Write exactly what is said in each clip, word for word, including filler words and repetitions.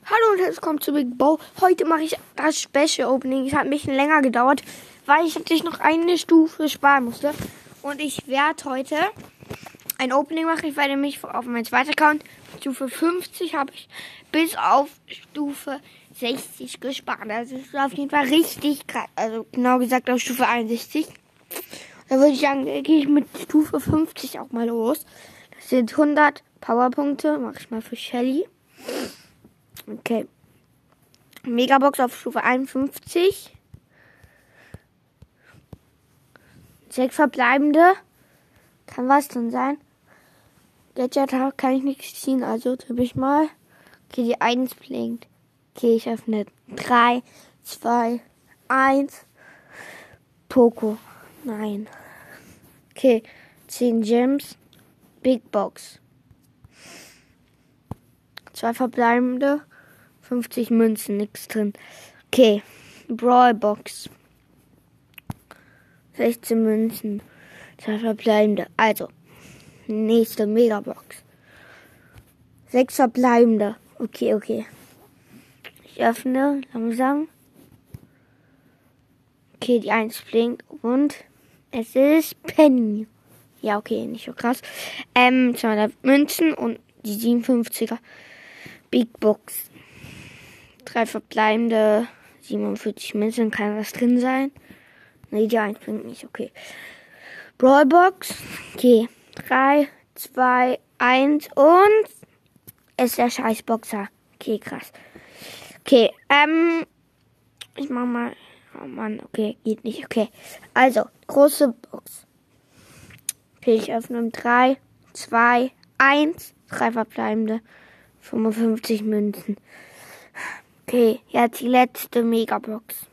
Hallo und herzlich willkommen zu Big Bow. Heute mache ich das Special Opening. Es hat ein bisschen länger gedauert, weil ich natürlich noch eine Stufe sparen musste. Und ich werde heute ein Opening machen. Ich werde mich auf meinen zweiten Account, Stufe fünfzig, habe ich bis auf Stufe sechzig gespart. Also das ist auf jeden Fall richtig krass. Also genau gesagt auf Stufe einundsechzig. Da würde ich sagen, gehe ich mit Stufe fünfzig auch mal los. Das sind hundert Powerpunkte. Mache ich mal für Shelly. Okay. Megabox auf Stufe einundfünfzig. Sechs verbleibende. Kann was drin sein? Gadget kann ich nichts ziehen, also tippe ich mal. Okay, die eins blinkt. Okay, ich öffne. drei, zwei, eins. Poco. Nein. Okay, zehn Gems. Big Box. Zwei verbleibende. fünfzig Münzen, nichts drin. Okay, Brawl Box. sechzehn Münzen. Zwei verbleibende. Also, nächste Megabox. Sechs verbleibende. Okay, okay. Ich öffne langsam. Okay, die eins blinkt und es ist Penny. Ja, okay, nicht so krass. Ähm, zweihundert Münzen und die siebenundfünfziger Big Box. Drei verbleibende, siebenundvierzig Münzen, kann was drin sein. Ne, die eins bringt nicht, okay. Brawlbox, okay. drei, zwei, eins und es ist der Scheißboxer. Okay, krass. Okay, ähm, ich mach mal, oh Mann, okay, geht nicht, okay. Also, große Box. Okay, ich öffne um drei, zwei, eins, drei verbleibende, fünfundfünfzig Münzen. Okay, jetzt die letzte Megabox.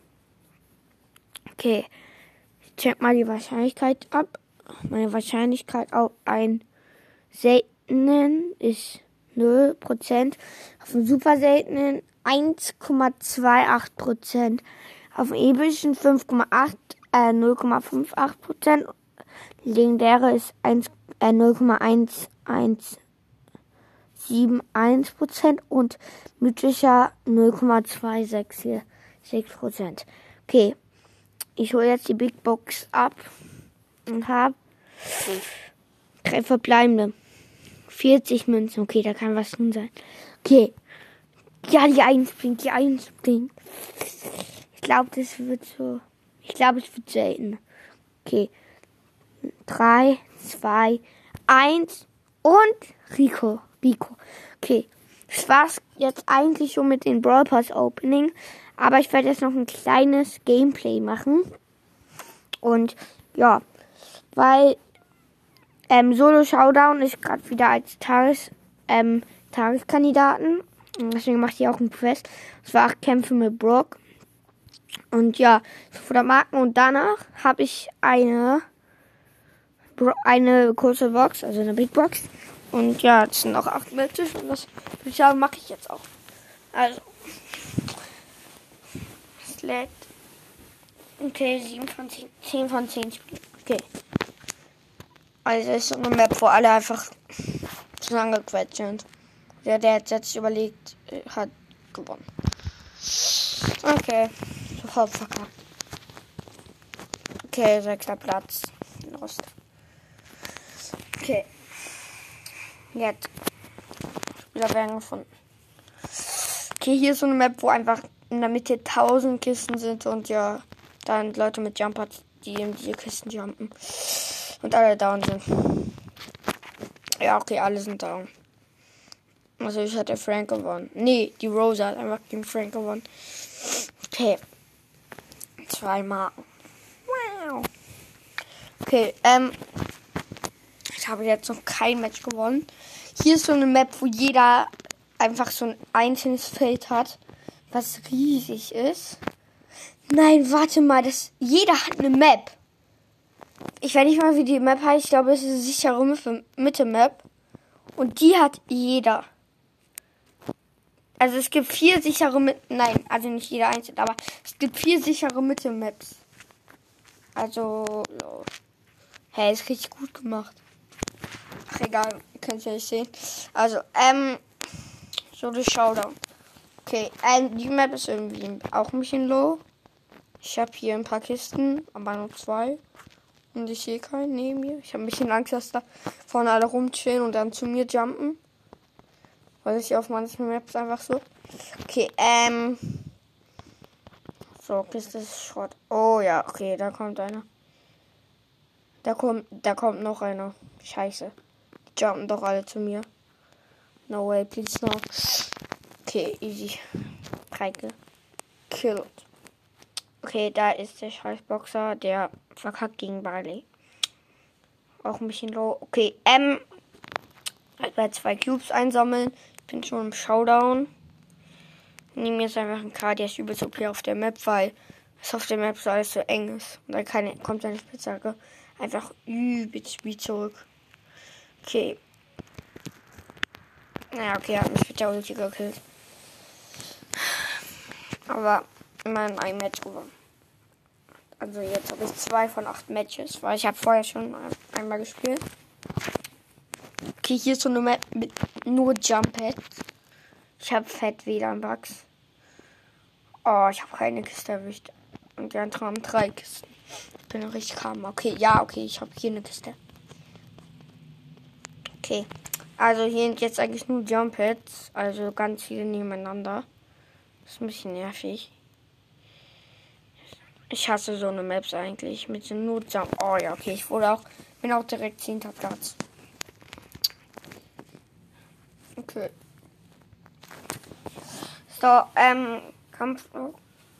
Okay, ich check mal die Wahrscheinlichkeit ab. Meine Wahrscheinlichkeit auf einen seltenen ist null Prozent. Auf einen super seltenen eins Komma achtundzwanzig Prozent. Auf einen epischen fünf Komma acht, äh, null Komma achtzehn Prozent. Legendäre ist eins, äh, null Komma eins eins sieben eins Prozent und mythischer null Komma zwei sechs sechs Prozent. Okay, ich hole jetzt die Big Box ab und habe drei verbleibende. vierzig Münzen. Okay, da kann was drin sein. Okay, ja, die eins blinkt, die eins blinkt. Ich glaube, das wird so, ich glaube, es wird selten. Okay, drei, zwei, eins und Rico. Rico. Okay, das war's jetzt eigentlich schon mit dem Brawl Pass Opening. Aber ich werde jetzt noch ein kleines Gameplay machen. Und ja, weil ähm, Solo Showdown ist gerade wieder als Tages, ähm, Tageskandidaten. Und deswegen mache ich auch ein Quest. Das war acht Kämpfe mit Brock. Und ja, fünfhundert Marken. Und danach habe ich eine eine kurze Box, also eine Big Box. Und ja, das sind auch acht Matches. Und das würde ich sagen, mache ich jetzt auch. Also. Es lädt. Okay, sieben von zehn, zehn von zehn Spielen. Okay. Also ist so eine Map, wo alle einfach zusammengequetscht sind. Der, der jetzt, jetzt überlegt, hat gewonnen. Okay. Sofort verkackt. Okay, sechster Platz. Lost. Okay. Jetzt. Spieler werden gefunden. Okay, hier ist so eine Map, wo einfach in der Mitte tausend Kisten sind und ja, dann Leute mit Jumper, die in die Kisten jumpen. Und alle down sind. Ja, okay, alle sind down. Also ich hatte Frank gewonnen. Nee, die Rosa hat einfach gegen Frank gewonnen. Okay. Zwei Marken. Wow. Okay, ähm. Ich habe jetzt noch kein Match gewonnen. Hier ist so eine Map, wo jeder einfach so ein einzelnes Feld hat, was riesig ist. Nein, warte mal, das, jeder hat eine Map. Ich weiß nicht mal, wie die Map heißt. Ich glaube, es ist eine sichere Mitte-Map. Und die hat jeder. Also es gibt vier sichere Mitte... Nein, also nicht jeder einzeln, aber es gibt vier sichere Mitte-Maps. Also... Ja. Hey, ist richtig gut gemacht. Ach, egal. Könnt ihr nicht sehen. Also, ähm... So, das Showdown. Okay, ähm, die Map ist irgendwie auch ein bisschen low. Ich habe hier ein paar Kisten, aber nur zwei. Und ich sehe keinen neben mir. Ich habe ein bisschen Angst, dass da vorne alle rumchillen und dann zu mir jumpen. Weil ich auf manchen Maps einfach so. Okay, ähm. So, Kiste ist Schrott. Oh ja, okay, da kommt einer. Da kommt, da kommt noch einer. Scheiße. Die jumpen doch alle zu mir. No way, please no. Okay, easy. Dreike. Killed. Okay, da ist der Scheißboxer, der verkackt gegen Barley. Auch ein bisschen low. Okay, ähm. Ich werde zwei Cubes einsammeln. Ich bin schon im Showdown. Nehme jetzt einfach einen K, der ist übelst okay auf der Map, weil es auf der Map so alles so eng ist. Und dann keine, kommt eine Spitzhacke einfach übelst wie zurück. Okay. Naja, okay, er hat mich mit der Ulti gekillt. Aber immerhin ein Match gewonnen. Also jetzt habe ich zwei von acht Matches, weil ich habe vorher schon einmal gespielt. Okay, hier ist so eine Map mit nur Jump Pads. Ich habe fett W L A N-Bugs. Oh, ich habe keine Kiste erwischt. Und die anderen haben drei Kisten. Ich bin richtig calm. Okay, ja, okay, ich habe hier eine Kiste. Okay. Also hier sind jetzt eigentlich nur Jump Pads. Also ganz viele nebeneinander. Das ist ein bisschen nervig. Ich hasse so eine Maps eigentlich. Mit den nur Jump. Oh ja, okay. Ich wurde auch. Bin auch direkt zehnter Platz. Okay. So, ähm, Kampflog.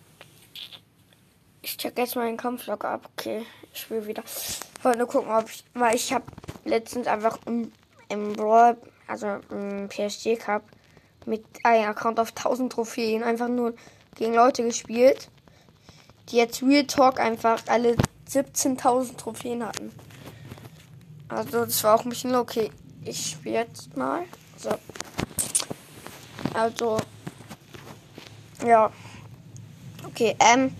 Ich check jetzt mal den Kampflog ab. Okay, ich spiele wieder. Ich wollte nur gucken, ob ich, weil ich habe letztens einfach im, im Brawl, also im P S G Cup, mit einem Account auf tausend Trophäen einfach nur gegen Leute gespielt, die jetzt Real Talk einfach alle siebzehntausend Trophäen hatten. Also das war auch ein bisschen okay. Ich spiele jetzt mal. So. Also. Ja. Okay, ähm.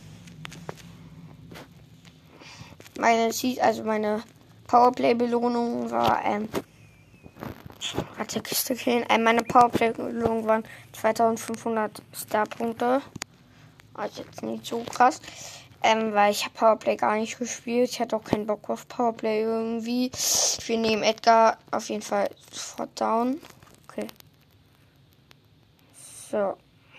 Meine also meine Powerplay-Belohnung war, ähm. Warte, Kiste killen. Ähm, meine Powerplay-Belohnung waren zweitausendfünfhundert Star-Punkte. Also jetzt nicht so krass. Ähm, weil ich habe Powerplay gar nicht gespielt. Ich hatte auch keinen Bock auf Powerplay irgendwie. Wir nehmen Edgar auf jeden Fall sofort down. Okay. So.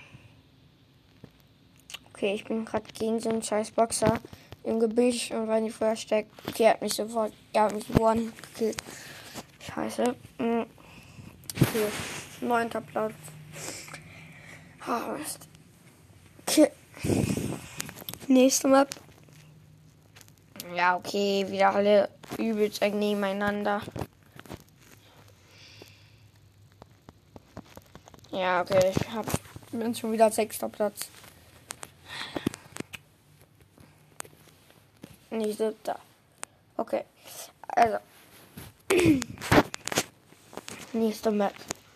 Okay, ich bin gerade gegen so einen scheiß Boxer im Gebüsch und war nicht versteckt. Okay, er hat mich sofort, er hat mich one gekillt. Scheiße. Mhm. Okay, neunter Platz. Oh, Mist. Okay. Nächste Map. Ja, okay, wieder alle übelst eng nebeneinander. Ja, okay, ich hab, bin schon wieder sechster Platz. Nicht siebter. Okay, also. Nächste Map.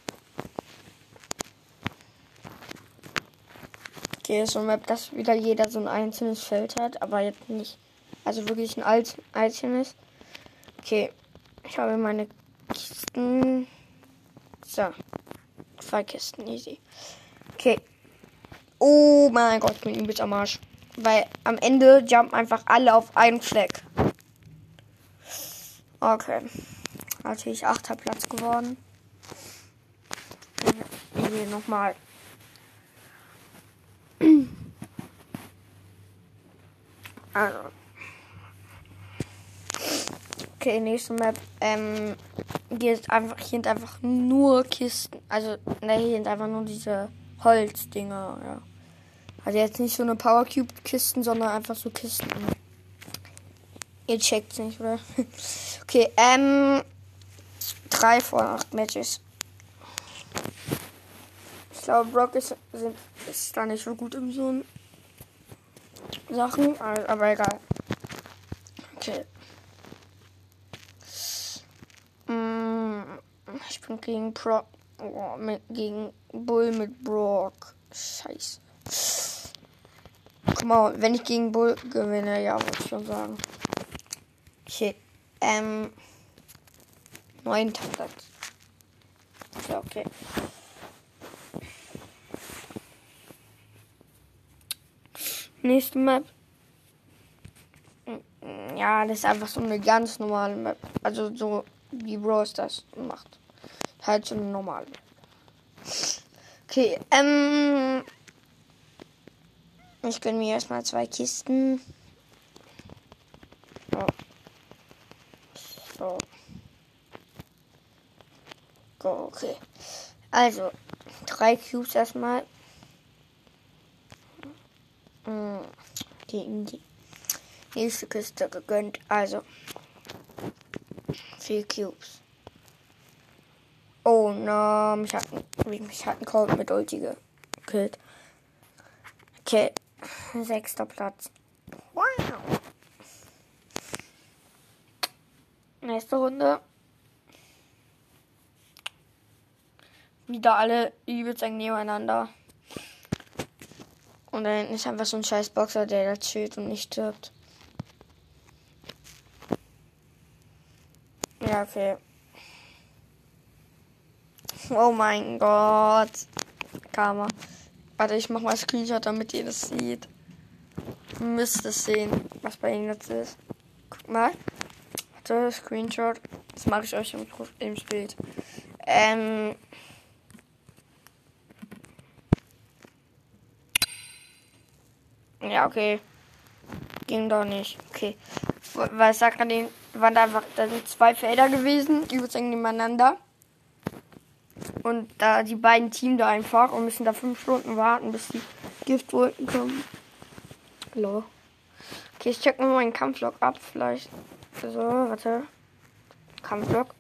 Okay, ist so eine Map, dass wieder jeder so ein einzelnes Feld hat, aber jetzt nicht. Also wirklich ein alt, einzelnes. Okay, ich habe meine Kisten. So. Zwei Kisten, easy. Okay. Oh mein Gott, ich bin übelst am Arsch. Weil am Ende jumpen einfach alle auf einen Fleck. Okay. Natürlich achter Platz geworden. Hier nochmal. Also. Okay, nächste Map. Ähm, hier ist einfach, hier sind einfach nur Kisten. Also, ne, hier sind einfach nur diese Holzdinger, ja. Also jetzt nicht so eine Power Cube Kisten, sondern einfach so Kisten. Ihr checkt's nicht, oder? Okay, ähm, drei von acht Matches. Ich glaube, Brock ist, sind, ist da nicht so gut in so Sachen, aber egal. Okay. Ich bin gegen Brock, oh, mit, gegen Bull mit Brock. Scheiße. Guck mal, wenn ich gegen Bull gewinne, ja, wollte ich schon sagen. Okay, ähm, neunter Platz. Ja, okay. Nächste Map. Ja, das ist einfach so eine ganz normale Map. Also so wie Bros das macht. Halt so eine normale Map. Okay, ähm. Ich gönne mir erstmal zwei Kisten. So. So. Go, okay. Also, drei Cubes erstmal. Gegen die nächste Kiste gegönnt. Also, vier Cubes. Oh no, mich hat, mich hat ein Cold mit Ulti gekillt. Okay, sechster Platz. Wow. Nächste Runde. Wieder alle übelst eng nebeneinander. Und da hinten ist einfach so ein scheiß Boxer, der da chillt und nicht stirbt. Ja, okay. Oh mein Gott. Karma. Warte, ich mach mal Screenshot, damit ihr das seht. Ihr müsst es sehen, was bei ihnen jetzt ist. Guck mal. Warte, Screenshot. Das mache ich euch im, im Bild. Ähm. Ja, okay. Ging doch nicht. Okay. Weil ich sag gerade, waren da einfach, da sind zwei Felder gewesen, übelst eng nebeneinander. Und da die beiden Teams da einfach und müssen da fünf Stunden warten, bis die Giftwolken kommen. Hallo. Okay, ich check mal meinen Kampflog ab, vielleicht. So, warte. Kampflog.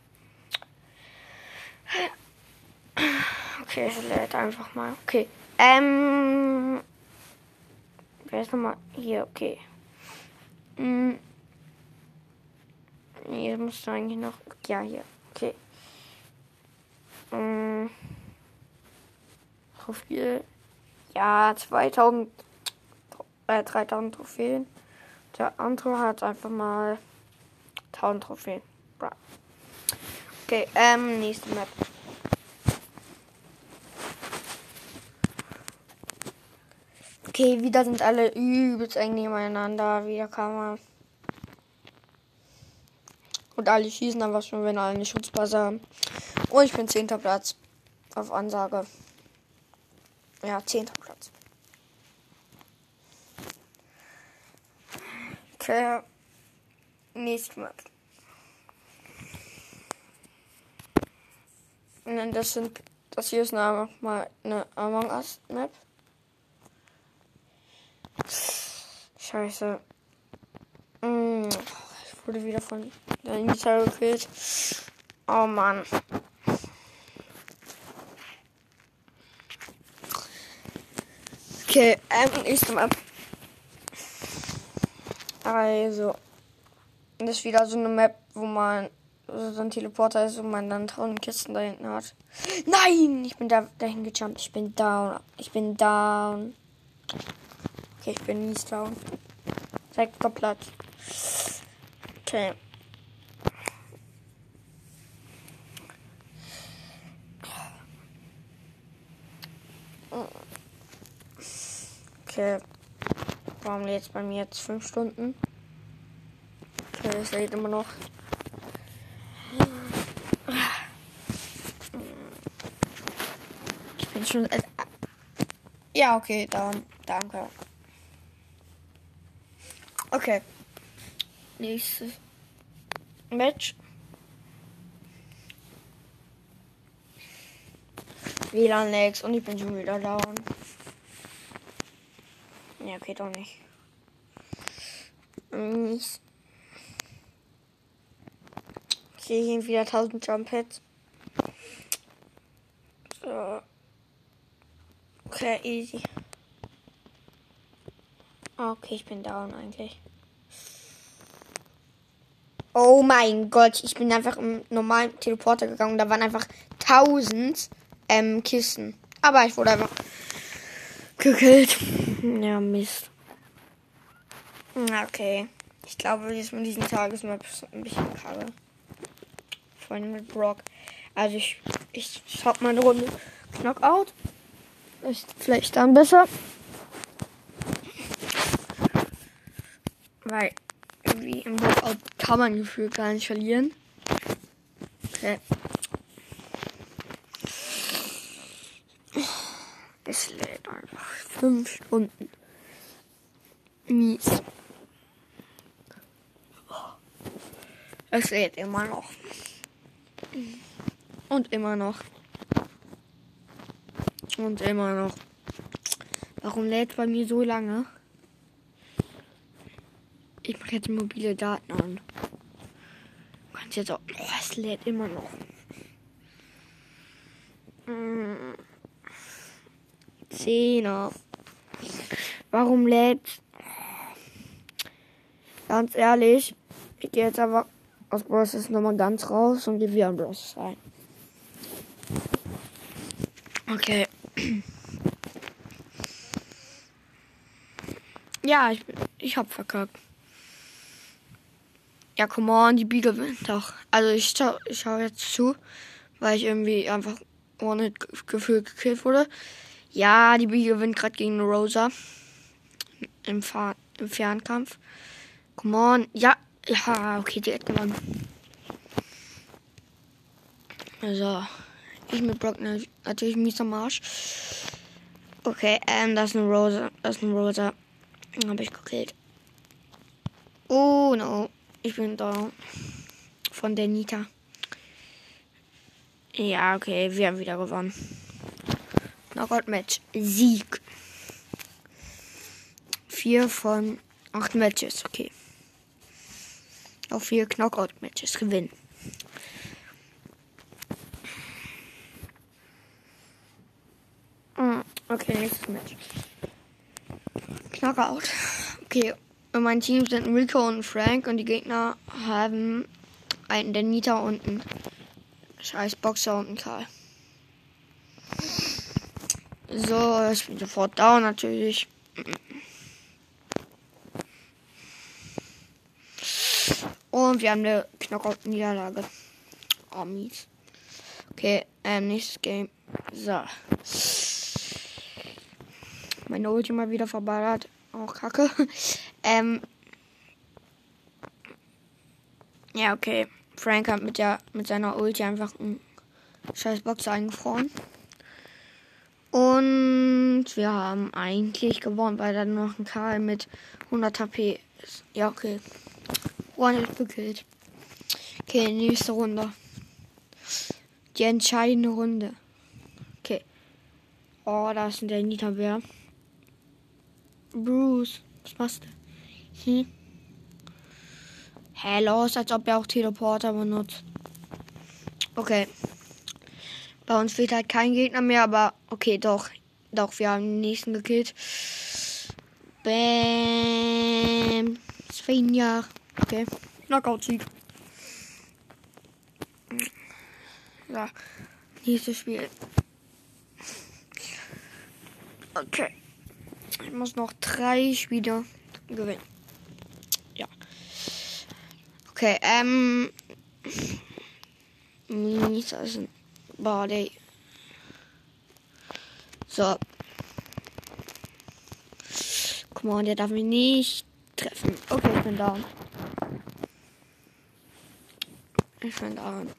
Okay, ich lädt einfach mal. Okay. Ähm. Wer ist nochmal? Hier, okay. Hm. Hier musst du eigentlich noch. Ja, hier. Okay. Hm. Profil. Ja, zweitausend. Äh, dreitausend Trophäen. Der andere hat einfach mal tausend Trophäen. Bra. Okay, ähm, nächste Map. Okay, wieder sind alle übelst eng nebeneinander. Wieder kann man. Und alle schießen einfach schon, wenn alle eine Schutzbase haben. Und ich bin zehnter Platz. Auf Ansage. Ja, zehnter Platz. Okay. Nächste Map. Und das sind. Das hier ist eine, mal eine Among Us Map. Scheiße. Mm, ich wurde wieder von der Initial gekillt. Oh Mann. Okay, ähm, nächste Map. Also. Das ist wieder so eine Map, wo man so ein Teleporter ist und man dann tausend Kisten da hinten hat. Nein! Ich bin da dahin gejumpt. Ich bin down. Ich bin down. Okay, ich bin mies down. Sechster Platz. Okay. Okay. Warum lädt es bei mir jetzt fünf Stunden? Okay, es lädt immer noch. Ich bin schon. Äh, ja, okay, down. Danke. Okay. Nächstes Match. W L A N-Lags und ich bin schon wieder down. Ja, okay, doch nicht. Mies. Okay, hier wieder tausend Jump Hits. So. Okay, easy. Okay, ich bin down eigentlich. Oh mein Gott, ich bin einfach im normalen Teleporter gegangen und da waren einfach tausend ähm, Kisten. Aber ich wurde einfach gekillt. Ja, Mist. Okay. Ich glaube, jetzt mit diesen Tagesmap ist ein bisschen kacke. Vor allem mit Brock. Also ich, ich schau mal eine Runde Knockout. Ist vielleicht dann besser. Weil irgendwie im Workout kann man gefühlt gar nicht verlieren. Okay. Es lädt einfach fünf Stunden. Mies. Es lädt immer noch. Und immer noch. Und immer noch. Warum lädt es bei mir so lange? Ich mache jetzt mobile Daten an. Du kannst jetzt auch. Oh, es lädt immer noch. Hm. Zehner. Warum lädt? Ganz ehrlich, ich gehe jetzt einfach aus Browsers nochmal ganz raus und gehe wieder in Browsers rein. Okay. Ja, ich, ich hab verkackt. Ja, come on, die B gewinnt doch. Also ich schau, ich schau jetzt zu, weil ich irgendwie einfach ohne Gefühl gekillt wurde. Ja, die B gewinnt gerade gegen Rosa. Im, Fahr im Fernkampf. Come on. Ja, ja, okay, die hat gewonnen. Also, ich mit Brock natürlich mies am Arsch. Okay, ähm, das ist eine Rosa. Das ist eine Rosa. Den habe ich gekillt. Oh no. Ich bin da. Von der Nita. Ja, okay, wir haben wieder gewonnen. Knockout-Match. Sieg. Vier von acht Matches, okay. Auch vier Knockout-Matches gewinnen. Okay, nächstes Match. Knockout. Okay, und mein Team sind Rico und Frank und die Gegner haben einen der Nita und einen scheiß Boxer und einen Karl. So, ich bin sofort down natürlich. Und wir haben eine Knockout-Niederlage. Oh, mies. Okay, ähm, nächstes Game. So. Meine Ulti mal wieder verballert. Auch kacke. ähm. Ja, okay. Frank hat mit der mit seiner Ulti einfach einen scheiß Boxer eingefroren. Und wir haben eigentlich gewonnen, weil dann noch ein Karl mit hundert H P ist. Ja, okay. One ist gekillt. Okay, nächste Runde. Die entscheidende Runde. Okay. Oh, da ist der Nita-Bär. Bruce, was machst du? Hm? Hä, los, als ob er auch Teleporter benutzt. Okay. Bei uns fehlt halt kein Gegner mehr, aber okay, doch. Doch, wir haben den nächsten gekillt. Bäm. Svenja. Okay. Knockout-Sieg. So. Nächstes Spiel. Okay. Ich muss noch drei Spiele gewinnen. Ja. Okay, ähm. Mies, das ist ein Body. So. Come on, der darf mich nicht treffen. Okay, ich bin down. Ich bin down.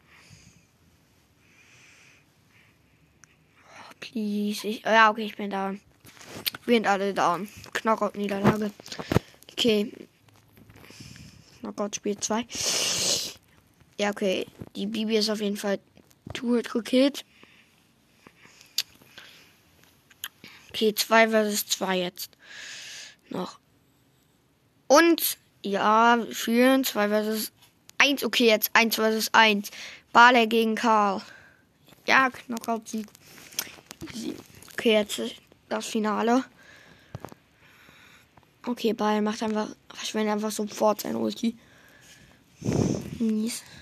Oh, please. Ich, ja, okay, ich bin down. Wir sind alle down. Knockout-Niederlage. Okay. Knockout-Spiel zwei. Ja, okay. Die Bibi ist auf jeden Fall two-hit gekillt. Okay, zwei versus zwei jetzt. Noch. Und, ja, wir führen zwei versus eins. Okay, jetzt eins versus eins. Barley gegen Karl. Ja, Knockout-Sieg. Okay, jetzt das Finale. Okay, Ball macht einfach, verschwendet einfach sofort sein Ulti. Mies.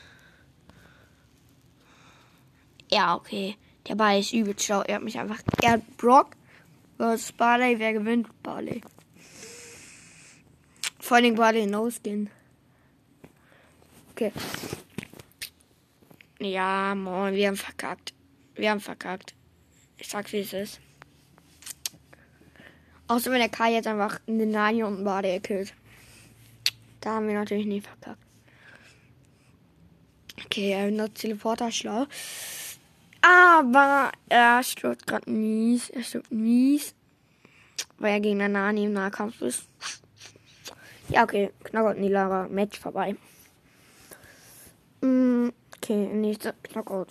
Ja, okay. Der Ball ist übel schlau. Er hat mich einfach. Er hat Brock versus Barley. Wer gewinnt? Barley. Vor allem Barley No Skin. Okay. Ja, Mann, wir haben verkackt. Wir haben verkackt. Ich sag, wie es ist. Außer wenn der Kai jetzt einfach einen Nani und einen Barley killt. Da haben wir natürlich nicht verkackt. Okay, er benutzt Teleporter, schlau. Aber er stirbt gerade mies. Er stirbt mies. Weil er gegen den Nani im Nahkampf ist. Ja, okay. Knockout Nilara. Match vorbei. Mm, okay, nächster Knockout.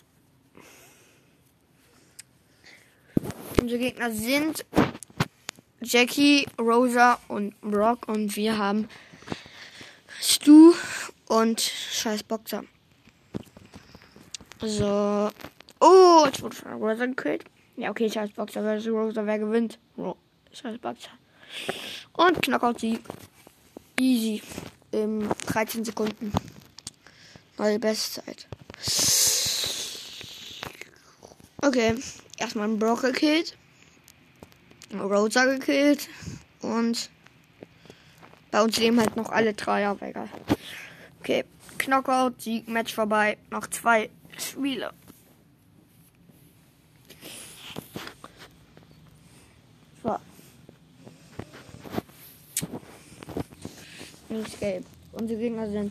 Unsere Gegner sind Jackie, Rosa und Brock. Und wir haben Stu und scheiß Boxer. So. Oh, jetzt wurde schon Rosa gekillt. Ja, okay, scheiß Boxer versus Rosa. Wer gewinnt? Oh, scheiß Boxer. Und Knockout-Sieg. Easy. In dreizehn Sekunden. Neue Bestzeit. Okay. Erstmal einen Brock gekillt. Rosa gekillt. Und bei uns leben halt noch alle drei, aber egal. Okay. Knockout, Sieg, Match vorbei. Noch zwei Spiele. So. Nichts gelb. Unsere Gegner sind.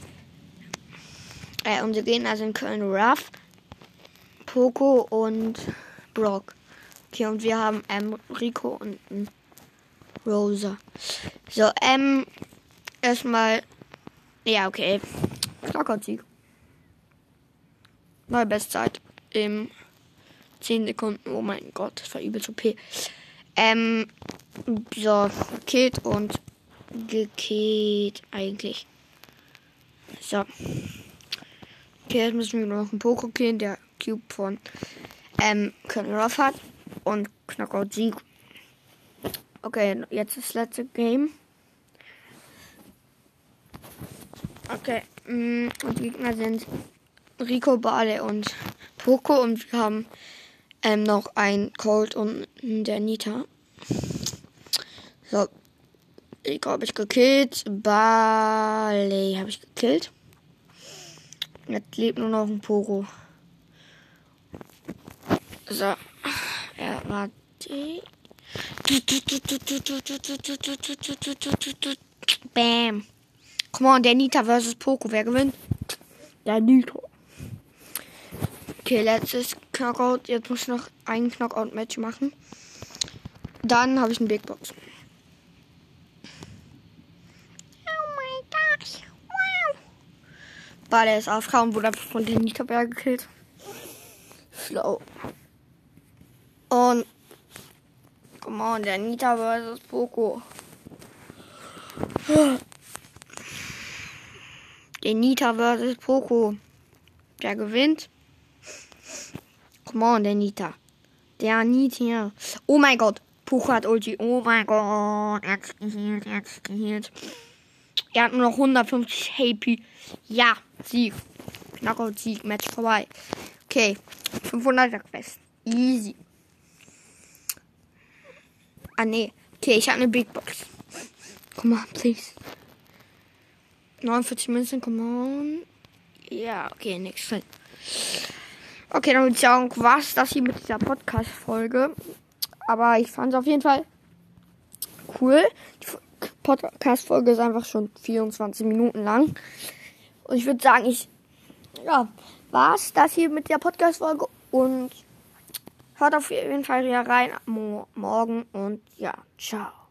Äh, unsere Gegner sind Köln Ruff, Poco und Brock. Okay, und wir haben ähm, Rico und ähm, Rosa. So, ähm, erstmal. Ja, okay. Knockout-Sieg. Neue Bestzeit. Im zehn Sekunden. Oh mein Gott, das war übelst O P. Ähm, so, gekillt und gekillt eigentlich. So. Okay, jetzt müssen wir noch einen Poco killen, der Cube von ähm, Colonel Ruff hat. Und Knockout-Sieg. Okay, jetzt das letzte Game. Okay, mh, und die Gegner sind Rico, Bale und Poco. Und wir haben ähm, noch ein Colt und der Nita. So. Rico habe ich gekillt. Bale habe ich gekillt. Jetzt lebt nur noch ein Poco. So. Ja, warte. Bam. Come on, der Nita versus Poco. Wer gewinnt? Der Nita. Okay, letztes Knockout. Jetzt muss ich noch ein Knockout-Match machen. Dann habe ich eine Big Box. War der ist aufgehauen, wurde von der Nita Bär gekillt. Schlau. Und come on, der Nita versus Poco. Der Nita versus Poco. Der gewinnt. Come on, der Nita. Der Nita. Oh mein Gott. Poco hat Ulti. Oh mein Gott. Er hat geheilt, er hat geheilt. Er hat nur noch hundertfünfzig H P. Ja, Sieg. Knockout, Sieg, Match vorbei. Okay, fünfhunderter Quest. Easy. Ah, nee. Okay, ich habe eine Big Box. Come on, please. neunundvierzig Münzen, come on. Ja, okay, nix drin. Okay, dann würde ich sagen, was das hier mit dieser Podcast-Folge. Aber ich fand es auf jeden Fall cool. Die Podcast-Folge ist einfach schon vierundzwanzig Minuten lang. Und ich würde sagen, ich, ja, war's das hier mit der Podcast-Folge. Und hört auf jeden Fall wieder rein mo- morgen. Und ja, ciao.